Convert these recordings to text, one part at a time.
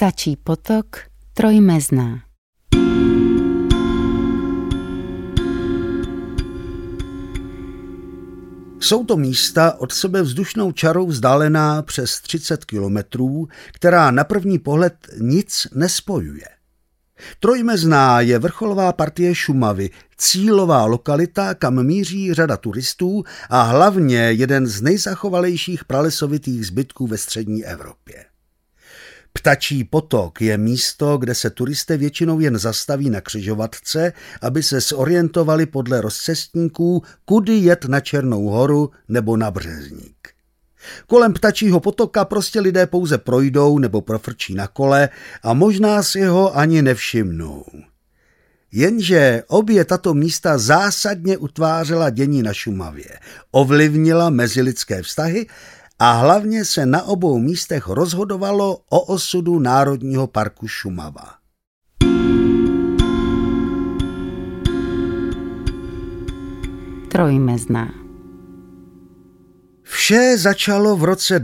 Ptačí potok, Trojmezná. Jsou to místa od sebe vzdušnou čarou vzdálená přes 30 kilometrů, která na první pohled nic nespojuje. Trojmezná je vrcholová partie Šumavy, cílová lokalita, kam míří řada turistů a hlavně jeden z nejzachovalejších pralesovitých zbytků ve střední Evropě. Ptačí potok je místo, kde se turisté většinou jen zastaví na křižovatce, aby se zorientovali podle rozcestníků, kudy jet na Černou horu nebo na Březník. Kolem Ptačího potoka prostě lidé pouze projdou nebo profrčí na kole a možná si ho ani nevšimnou. Jenže obě tato místa zásadně utvářela dění na Šumavě, ovlivnila mezilidské vztahy a hlavně se na obou místech rozhodovalo o osudu Národního parku Šumava. Trojmezná. Vše začalo v roce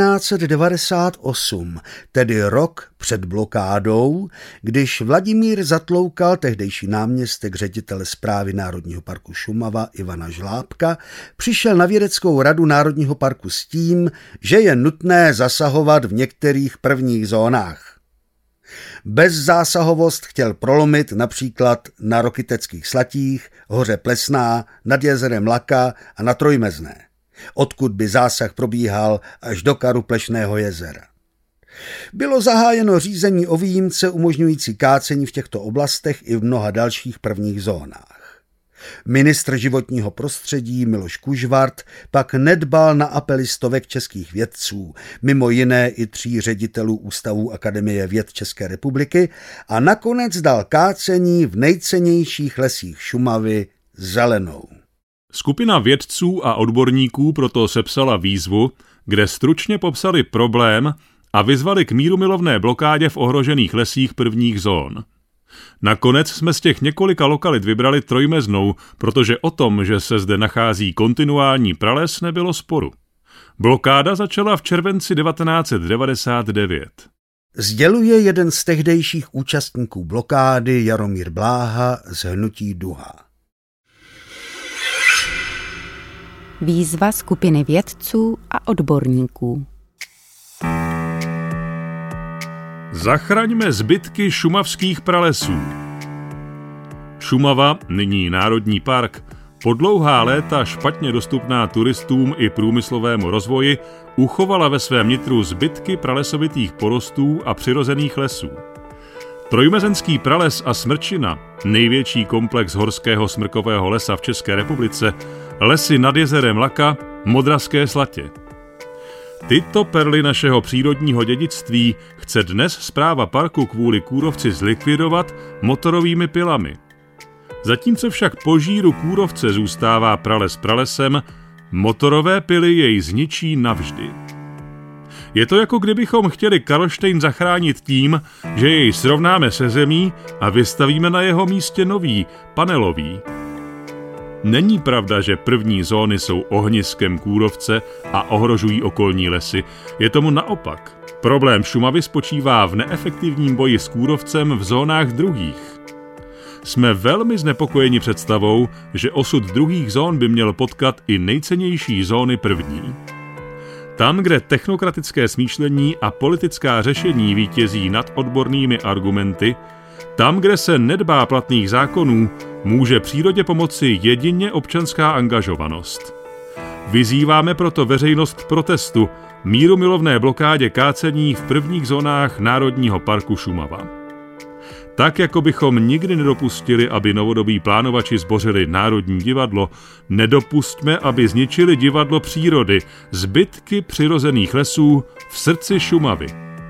1998, tedy rok před blokádou, když Vladimír Zatloukal, tehdejší náměstek ředitele správy Národního parku Šumava Ivana Žlábka, přišel na vědeckou radu Národního parku s tím, že je nutné zasahovat v některých prvních zónách. Bezzásahovost chtěl prolomit například na Rokyteckých Slatích, hoře Plesná, nad jezerem Laka a na Trojmezné, odkud by zásah probíhal až do karu Plešného jezera. Bylo zahájeno řízení o výjimce umožňující kácení v těchto oblastech i v mnoha dalších prvních zónách. Ministr životního prostředí Miloš Kužvart pak nedbal na apely stovek českých vědců, mimo jiné i 3 ředitelů Ústavu Akademie věd České republiky a nakonec dal kácení v nejcennějších lesích Šumavy zelenou. Skupina vědců a odborníků proto sepsala výzvu, kde stručně popsali problém a vyzvali k mírumilovné blokádě v ohrožených lesích prvních zón. Nakonec jsme z těch několika lokalit vybrali Trojmeznou, protože o tom, že se zde nachází kontinuální prales, nebylo sporu. Blokáda začala v červenci 1999. Sděluje jeden z tehdejších účastníků blokády Jaromír Bláha z hnutí Duha. Výzva skupiny vědců a odborníků. Zachraňme zbytky šumavských pralesů. Šumava, nyní Národní park, po dlouhá léta špatně dostupná turistům i průmyslovému rozvoji, uchovala ve svém nitru zbytky pralesovitých porostů a přirozených lesů. Trojmezenský prales a smrčina, největší komplex horského smrkového lesa v České republice, lesy nad jezerem Laka, Modraské Slatě. Tyto perly našeho přírodního dědictví chce dnes správa parku kvůli kůrovci zlikvidovat motorovými pilami. Zatímco však po žíru kůrovce zůstává prales pralesem, motorové pily jej zničí navždy. Je to jako kdybychom chtěli Karlštejn zachránit tím, že jej srovnáme se zemí a vystavíme na jeho místě nový, panelový. Není pravda, že první zóny jsou ohniskem kůrovce a ohrožují okolní lesy. Je tomu naopak. Problém Šumavy spočívá v neefektivním boji s kůrovcem v zónách druhých. Jsme velmi znepokojeni představou, že osud druhých zón by měl potkat i nejcennější zóny první. Tam, kde technokratické smýšlení a politická řešení vítězí nad odbornými argumenty, tam, kde se nedbá platných zákonů, může přírodě pomoci jedině občanská angažovanost. Vyzýváme proto veřejnost k protestu, mírumilovné blokádě kácení v prvních zónách Národního parku Šumava. Tak, jako bychom nikdy nedopustili, aby novodobí plánovači zbořili Národní divadlo, nedopustme, aby zničili divadlo přírody, zbytky přirozených lesů v srdci Šumavy.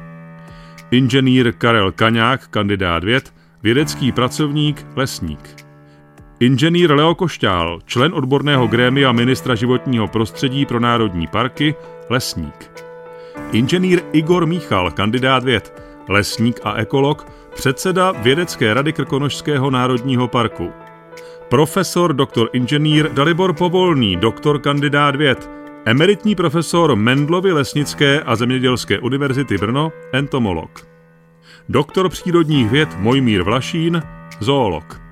Inženýr Karel Kaňák, kandidát věd, vědecký pracovník, lesník. Inženýr Leo Košťál, člen odborného grémia ministra životního prostředí pro národní parky, lesník. Inženýr Igor Míchal, kandidát věd, lesník a ekolog, předseda vědecké rady Krkonošského národního parku. Profesor dr. inženýr Dalibor Povolný, doktor kandidát věd, emeritní profesor Mendlovy lesnické a zemědělské univerzity Brno, entomolog. Doktor přírodních věd Mojmír Vlašín, zoolog.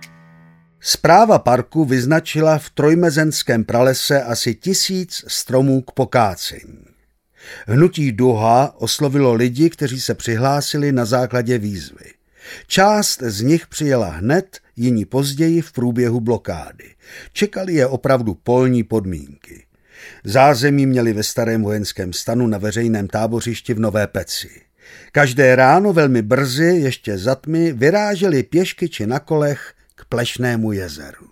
Správa parku vyznačila v Trojmezenském pralese asi 1000 stromů k pokácení. Hnutí Duha oslovilo lidi, kteří se přihlásili na základě výzvy. Část z nich přijela hned, jiní později v průběhu blokády. Čekali je opravdu polní podmínky. Zázemí měli ve starém vojenském stanu na veřejném tábořišti v Nové Peci. Každé ráno velmi brzy, ještě za tmy, vyráželi pěšky či na kolech k Plešnému jezeru.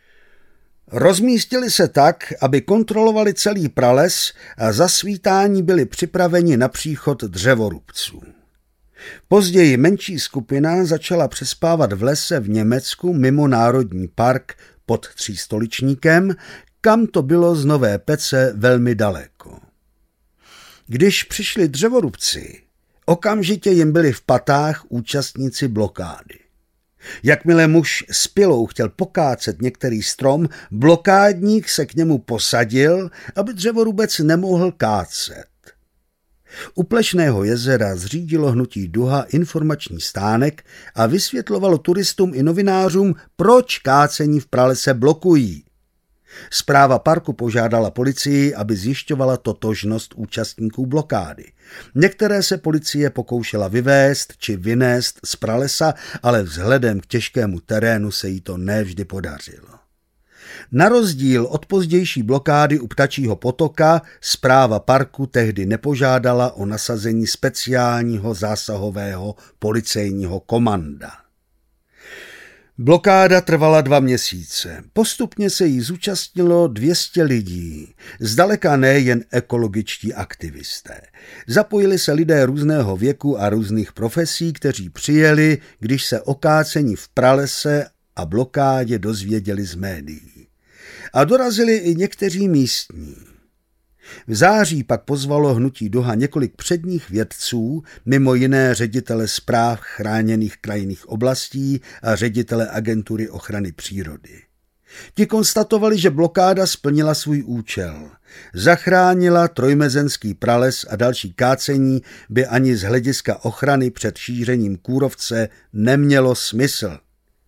Rozmístili se tak, aby kontrolovali celý prales a za svítání byli připraveni na příchod dřevorubců. Později menší skupina začala přespávat v lese v Německu mimo národní park pod Třístoličníkem, kam to bylo z Nové Pece velmi daleko. Když přišli dřevorubci, okamžitě jim byli v patách účastníci blokády. Jakmile muž s pilou chtěl pokácet některý strom, blokádník se k němu posadil, aby dřevorubec nemohl kácet. U Plešného jezera zřídilo hnutí Duha informační stánek a vysvětlovalo turistům i novinářům, proč kácení v pralese blokují. Správa parku požádala policii, aby zjišťovala totožnost účastníků blokády. Některé se policie pokoušela vyvést či vynést z pralesa, ale vzhledem k těžkému terénu se jí to nevždy podařilo. Na rozdíl od pozdější blokády u Ptačího potoka správa parku tehdy nepožádala o nasazení speciálního zásahového policejního komanda. Blokáda trvala 2 měsíce. Postupně se jí zúčastnilo 200 lidí, zdaleka ne jen ekologičtí aktivisté. Zapojili se lidé různého věku a různých profesí, kteří přijeli, když se o kácení v pralese a blokádě dozvěděli z médií. A dorazili i někteří místní. V září pak pozvalo hnutí Duha několik předních vědců, mimo jiné ředitele správ chráněných krajinných oblastí a ředitele agentury ochrany přírody. Ti konstatovali, že blokáda splnila svůj účel. Zachránila Trojmezenský prales a další kácení by ani z hlediska ochrany před šířením kůrovce nemělo smysl.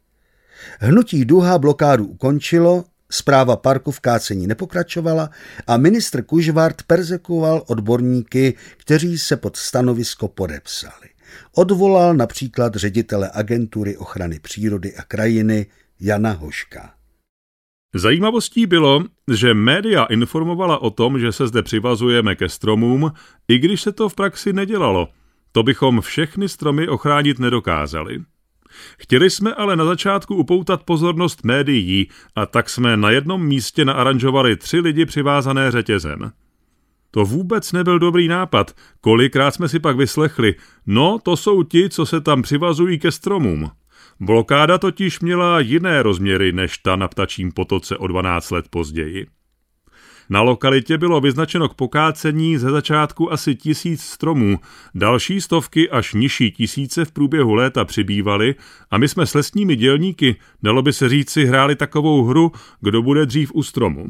Hnutí Duha blokádu ukončilo, správa parku v kácení nepokračovala a ministr Kužvart perzekuoval odborníky, kteří se pod stanovisko podepsali. Odvolal například ředitele agentury ochrany přírody a krajiny Jana Hoška. Zajímavostí bylo, že média informovala o tom, že se zde přivazujeme ke stromům, i když se to v praxi nedělalo. To bychom všechny stromy ochránit nedokázali. Chtěli jsme ale na začátku upoutat pozornost médií a tak jsme na jednom místě naaranžovali 3 lidi přivázané řetězem. To vůbec nebyl dobrý nápad, kolikrát jsme si pak vyslechli, no to jsou ti, co se tam přivazují ke stromům. Blokáda totiž měla jiné rozměry než ta na Ptačím potoce o 12 let později. Na lokalitě bylo vyznačeno k pokácení ze začátku asi 1000 stromů, další stovky až nižší tisíce v průběhu léta přibývaly a my jsme s lesními dělníky, dalo by se říci, hráli takovou hru, kdo bude dřív u stromu.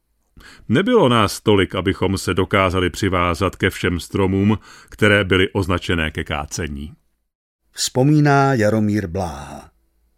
Nebylo nás tolik, abychom se dokázali přivázat ke všem stromům, které byly označené ke kácení. Vzpomíná Jaromír Bláha.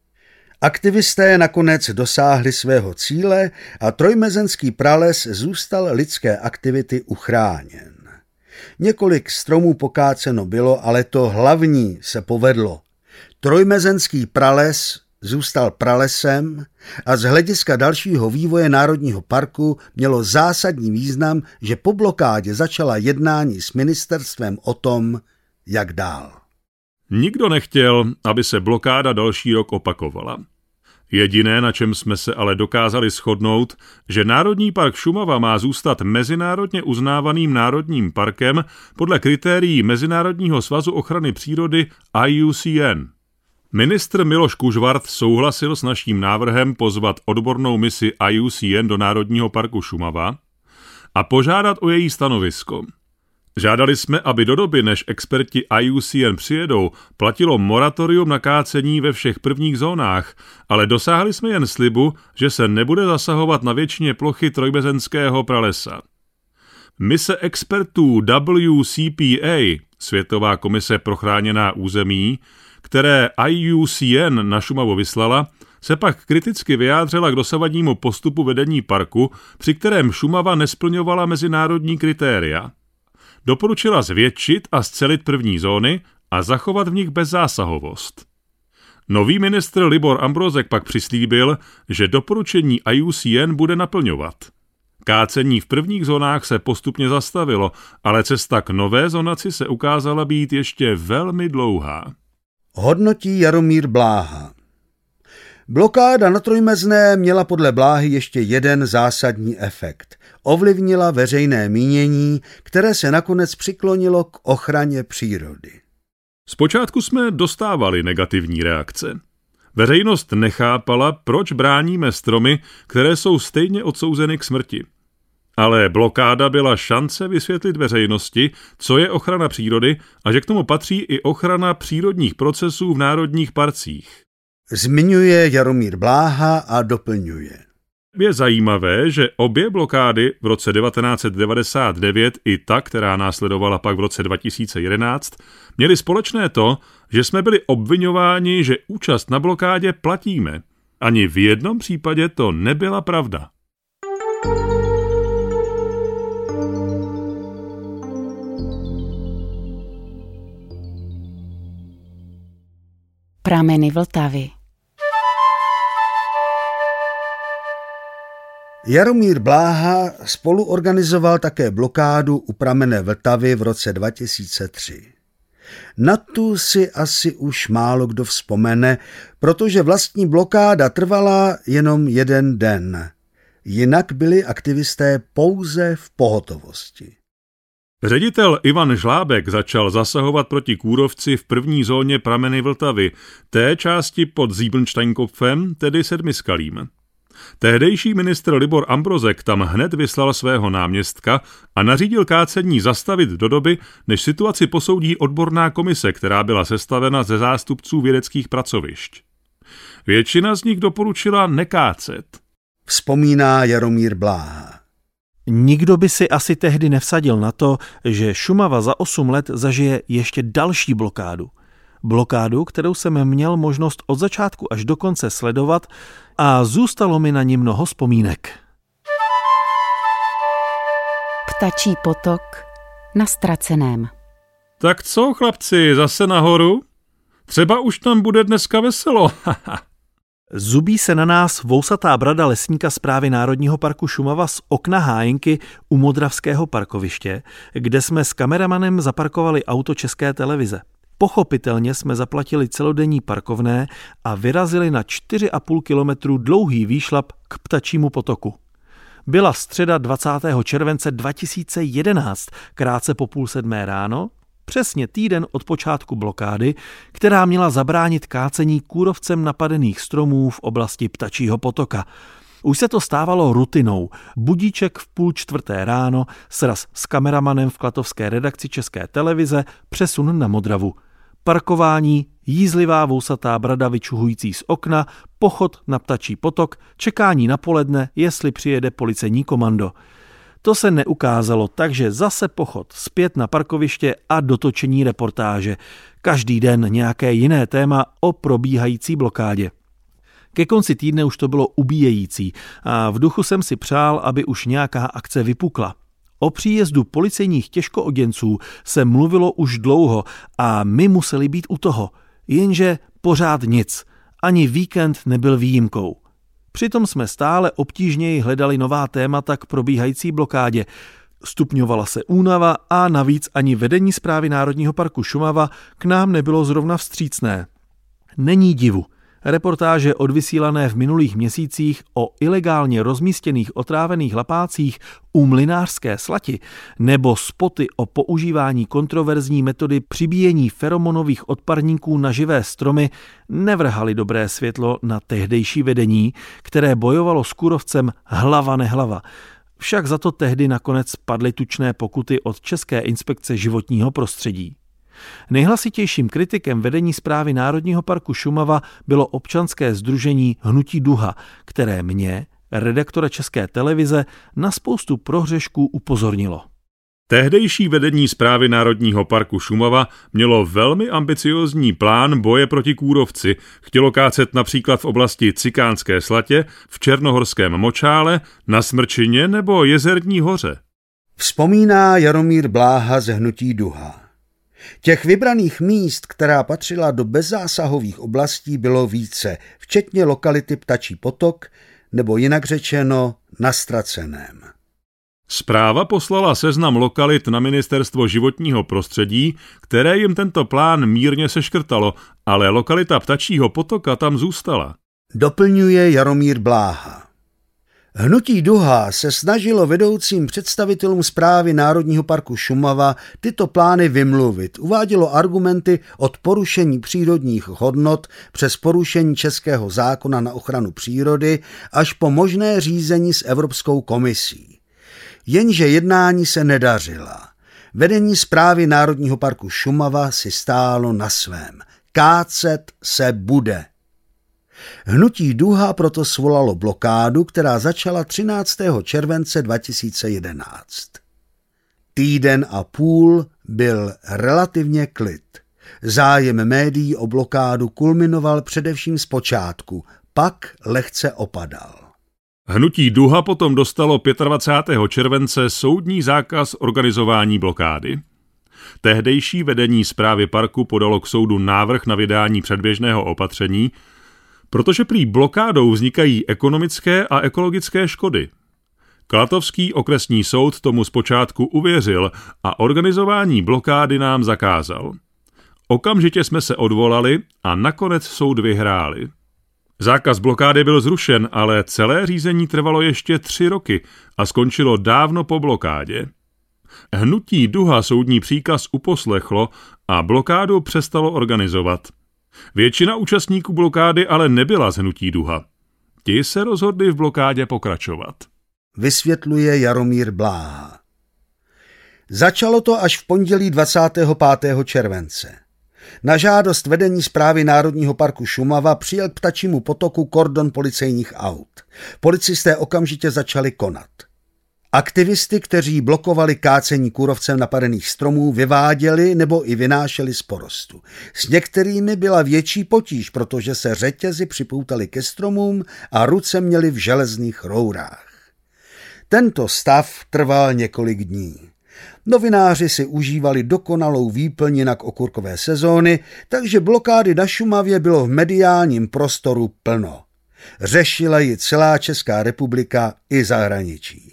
Aktivisté nakonec dosáhli svého cíle a Trojmezenský prales zůstal lidské aktivity uchráněn. Několik stromů pokáceno bylo, ale to hlavní se povedlo. Trojmezenský prales zůstal pralesem a z hlediska dalšího vývoje Národního parku mělo zásadní význam, že po blokádě začala jednání s ministerstvem o tom, jak dál. Nikdo nechtěl, aby se blokáda další rok opakovala. Jediné, na čem jsme se ale dokázali shodnout, že Národní park Šumava má zůstat mezinárodně uznávaným národním parkem podle kritérií Mezinárodního svazu ochrany přírody IUCN. Ministr Miloš Kužvart souhlasil s naším návrhem pozvat odbornou misi IUCN do Národního parku Šumava a požádat o její stanovisko. Žádali jsme, aby do doby, než experti IUCN přijedou, platilo moratorium na kácení ve všech prvních zónách, ale dosáhli jsme jen slibu, že se nebude zasahovat na většině plochy Trojmezenského pralesa. Mise expertů WCPA Světová komise pro chráněná území, které IUCN na Šumavu vyslala, se pak kriticky vyjádřila k dosavadnímu postupu vedení parku, při kterém Šumava nesplňovala mezinárodní kritéria. Doporučila zvětšit a scelit první zóny a zachovat v nich bezzásahovost. Nový ministr Libor Ambrozek pak přislíbil, že doporučení IUCN bude naplňovat. Kácení v prvních zónách se postupně zastavilo, ale cesta k nové zonaci se ukázala být ještě velmi dlouhá. Hodnotí Jaromír Bláha. Blokáda na Trojmezné měla podle Bláhy ještě jeden zásadní efekt. Ovlivnila veřejné mínění, které se nakonec přiklonilo k ochraně přírody. Zpočátku jsme dostávali negativní reakce. Veřejnost nechápala, proč bráníme stromy, které jsou stejně odsouzeny k smrti. Ale blokáda byla šance vysvětlit veřejnosti, co je ochrana přírody a že k tomu patří i ochrana přírodních procesů v národních parcích. Zmiňuje Jaromír Bláha a doplňuje. Je zajímavé, že obě blokády v roce 1999 i ta, která následovala pak v roce 2011, měly společné to, že jsme byli obviňováni, že účast na blokádě platíme. Ani v jednom případě to nebyla pravda. Prameny Vltavy. Jaromír Bláha spoluorganizoval také blokádu u pramene Vltavy v roce 2003. Na tu si asi už málo kdo vzpomene, protože vlastní blokáda trvala jenom jeden den. Jinak byli aktivisté pouze v pohotovosti. Ředitel Ivan Žlábek začal zasahovat proti kůrovci v první zóně prameny Vltavy, té části pod Siebensteinkopfem, tedy Sedmiskalím. Tehdejší ministr Libor Ambrozek tam hned vyslal svého náměstka a nařídil kácení zastavit do doby, než situaci posoudí odborná komise, která byla sestavena ze zástupců vědeckých pracovišť. Většina z nich doporučila nekácet. Vzpomíná Jaromír Bláha. Nikdo by si asi tehdy nevsadil na to, že Šumava za 8 let zažije ještě další blokádu. Blokádu, kterou jsem měl možnost od začátku až do konce sledovat a zůstalo mi na ní mnoho vzpomínek. Ptačí potok na Ztraceném. Tak co, chlapci, zase nahoru? Třeba už tam bude dneska veselo. Zubí se na nás vousatá brada lesníka Správy Národního parku Šumava z okna hájenky u Modravského parkoviště, kde jsme s kameramanem zaparkovali auto České televize. Pochopitelně jsme zaplatili celodenní parkovné a vyrazili na 4,5 kilometru dlouhý výšlap k Ptačímu potoku. Byla středa 20. července 2011, krátce po 6:30 ráno, přesně týden od počátku blokády, která měla zabránit kácení kůrovcem napadených stromů v oblasti Ptačího potoka. Už se to stávalo rutinou. Budíček v 3:30 ráno, sraz s kameramanem v klatovské redakci České televize, přesun na Modravu. Parkování, jízlivá vousatá brada vyčuhující z okna, pochod na Ptačí potok, čekání na poledne, jestli přijede policejní komando. To se neukázalo, takže zase pochod zpět na parkoviště a dotočení reportáže. Každý den nějaké jiné téma o probíhající blokádě. Ke konci týdne už to bylo ubíjející a v duchu jsem si přál, aby už nějaká akce vypukla. O příjezdu policejních těžkooděnců se mluvilo už dlouho a my museli být u toho, jenže pořád nic. Ani víkend nebyl výjimkou. Přitom jsme stále obtížněji hledali nová témata k probíhající blokádě. Stupňovala se únava a navíc ani vedení Správy Národního parku Šumava k nám nebylo zrovna vstřícné. Není divu. Reportáže odvysílané v minulých měsících o ilegálně rozmístěných otrávených lapácích u Mlynářské Slati nebo spoty o používání kontroverzní metody přibíjení feromonových odparníků na živé stromy nevrhaly dobré světlo na tehdejší vedení, které bojovalo s kůrovcem hlava nehlava. Však za to tehdy nakonec padly tučné pokuty od České inspekce životního prostředí. Nejhlasitějším kritikem vedení Správy Národního parku Šumava bylo občanské sdružení Hnutí Duha, které mě, redaktora České televize, na spoustu prohřešků upozornilo. Tehdejší vedení Správy Národního parku Šumava mělo velmi ambiciózní plán boje proti kůrovci. Chtělo kácet například v oblasti Cikánské Slatě, v Černohorském Močále, na Smrčině nebo Jezerní hoře. Vzpomíná Jaromír Bláha z hnutí Duha. Těch vybraných míst, která patřila do bezzásahových oblastí, bylo více, včetně lokality Ptačí potok, nebo jinak řečeno na Ztraceném. Správa poslala seznam lokalit na Ministerstvo životního prostředí, které jim tento plán mírně seškrtalo, ale lokalita Ptačího potoka tam zůstala. Doplňuje Jaromír Bláha. Hnutí Duha se snažilo vedoucím představitelům Správy Národního parku Šumava tyto plány vymluvit. Uvádělo argumenty od porušení přírodních hodnot přes porušení českého zákona na ochranu přírody až po možné řízení s Evropskou komisí. Jenže jednání se nedařila. Vedení Správy Národního parku Šumava si stálo na svém. Kácet se bude. Hnutí Duha proto svolalo blokádu, která začala 13. července 2011. Týden a půl byl relativně klid. Zájem médií o blokádu kulminoval především zpočátku, pak lehce opadal. Hnutí Duha potom dostalo 25. července soudní zákaz organizování blokády. Tehdejší vedení Správy parku podalo k soudu návrh na vydání předběžného opatření, protože prý blokádou vznikají ekonomické a ekologické škody. Klatovský okresní soud tomu zpočátku uvěřil a organizování blokády nám zakázal. Okamžitě jsme se odvolali a nakonec soud vyhráli. Zákaz blokády byl zrušen, ale celé řízení trvalo ještě 3 roky a skončilo dávno po blokádě. Hnutí Duha soudní příkaz uposlechlo a blokádu přestalo organizovat. Většina účastníků blokády ale nebyla z hnutí Duha. Ti se rozhodli v blokádě pokračovat. Vysvětluje Jaromír Bláha. Začalo to až v pondělí 25. července. Na žádost vedení Správy Národního parku Šumava přijel k Ptačímu potoku kordon policejních aut. Policisté okamžitě začali konat. Aktivisty, kteří blokovali kácení kůrovcem napadených stromů, vyváděli nebo i vynášeli z porostu. S některými byla větší potíž, protože se řetězy připoutaly ke stromům a ruce měly v železných rourách. Tento stav trval několik dní. Novináři si užívali dokonalou výplň jinak okurkové sezóny, takže blokády na Šumavě bylo v mediálním prostoru plno. Řešila ji celá Česká republika i zahraničí.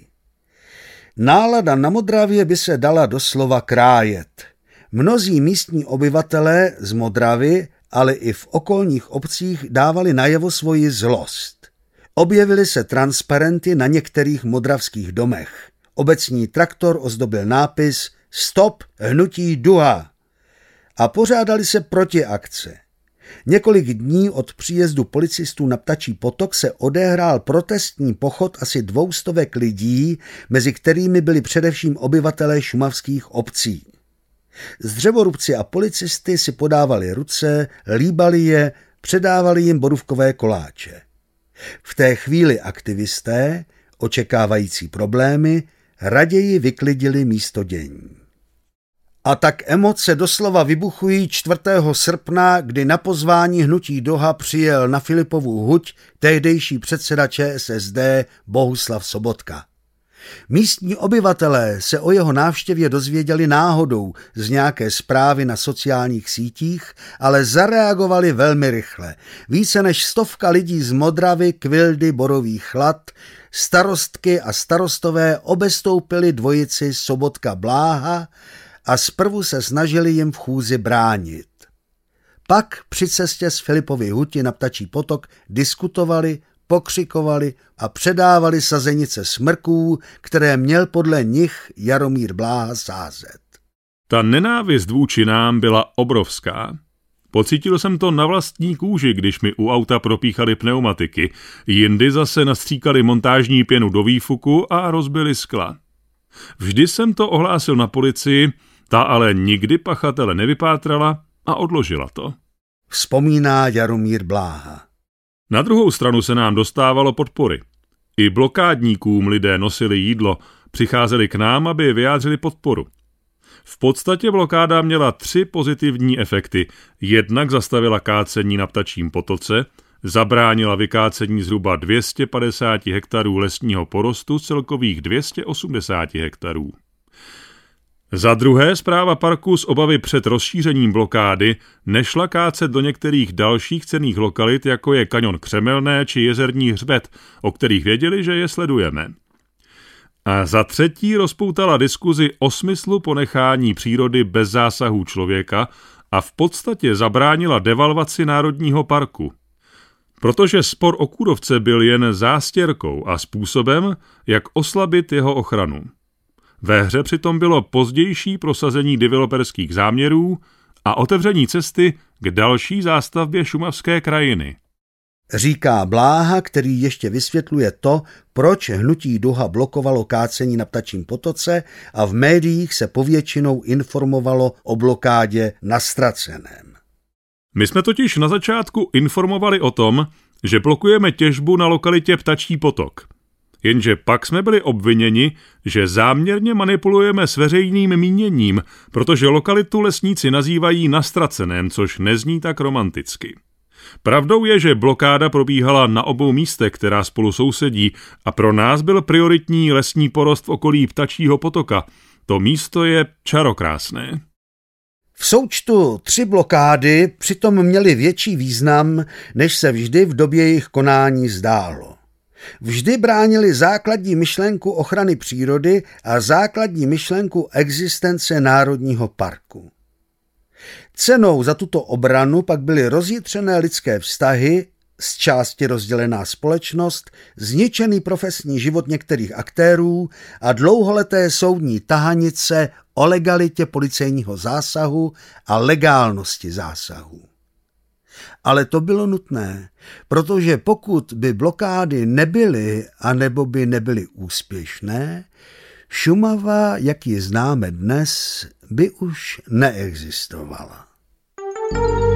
Nálada na Modravě by se dala doslova krájet. Mnozí místní obyvatelé z Modravy, ale i v okolních obcích dávali najevo svoji zlost. Objevily se transparenty na některých modravských domech. Obecní traktor ozdobil nápis Stop hnutí Duha a pořádali se protiakce. Několik dní od příjezdu policistů na Ptačí potok se odehrál protestní pochod asi 200 lidí, mezi kterými byli především obyvatelé šumavských obcí. Z dřevorubci a policisty si podávali ruce, líbali je, předávali jim borůvkové koláče. V té chvíli aktivisté, očekávající problémy, raději vyklidili místo dění. A tak emoce doslova vybuchují 4. srpna, kdy na pozvání hnutí Duha přijel na Filipovu huť tehdejší předseda ČSSD Bohuslav Sobotka. Místní obyvatelé se o jeho návštěvě dozvěděli náhodou z nějaké zprávy na sociálních sítích, ale zareagovali velmi rychle. Více než 100 lidí z Modravy, Kvildy, Borových Lat, starostky a starostové obestoupili dvojici Sobotka Bláha a zprvu se snažili jim v chůzi bránit. Pak při cestě z Filipovy huti na Ptačí potok diskutovali, pokřikovali a předávali sazenice smrků, které měl podle nich Jaromír Bláha sázet. Ta nenávist vůči nám byla obrovská. Pocítil jsem to na vlastní kůži, když mi u auta propíchali pneumatiky, jindy zase nastříkali montážní pěnu do výfuku a rozbili skla. Vždy jsem to ohlásil na policii, ta ale nikdy pachatele nevypátrala a odložila to. Vzpomíná Jaromír Bláha. Na druhou stranu se nám dostávalo podpory. I blokádníkům lidé nosili jídlo, přicházeli k nám, aby vyjádřili podporu. V podstatě blokáda měla 3 pozitivní efekty. Jednak zastavila kácení na Ptačím potoce, zabránila vykácení zhruba 250 hektarů lesního porostu z celkových 280 hektarů. Za druhé, správa parku z obavy před rozšířením blokády nešla kácet do některých dalších cenných lokalit, jako je kaňon Křemelné či Jezerní hřbet, o kterých věděli, že je sledujeme. A za třetí rozpoutala diskuzi o smyslu ponechání přírody bez zásahů člověka a v podstatě zabránila devalvaci národního parku. Protože spor o kůrovce byl jen zástěrkou a způsobem, jak oslabit jeho ochranu. Ve hře přitom bylo pozdější prosazení developerských záměrů a otevření cesty k další zástavbě šumavské krajiny. Říká Bláha, který ještě vysvětluje to, proč hnutí Duha blokovalo kácení na Ptačím potoce a v médiích se povětšinou informovalo o blokádě na Ztraceném. My jsme totiž na začátku informovali o tom, že blokujeme těžbu na lokalitě Ptačí potok. Jenže pak jsme byli obviněni, že záměrně manipulujeme s veřejným míněním, protože lokalitu lesníci nazývají Na Ztraceném, což nezní tak romanticky. Pravdou je, že blokáda probíhala na obou místech, která spolu sousedí, a pro nás byl prioritní lesní porost v okolí Ptačího potoka. To místo je čarokrásné. V součtu 3 blokády přitom měly větší význam, než se vždy v době jejich konání zdálo. Vždy bránili základní myšlenku ochrany přírody a základní myšlenku existence národního parku. Cenou za tuto obranu pak byly rozjitřené lidské vztahy, z části rozdělená společnost, zničený profesní život některých aktérů a dlouholeté soudní tahanice o legalitě policejního zásahu a legálnosti zásahu. Ale to bylo nutné, protože pokud by blokády nebyly anebo by nebyly úspěšné, Šumava, jak ji známe dnes, by už neexistovala.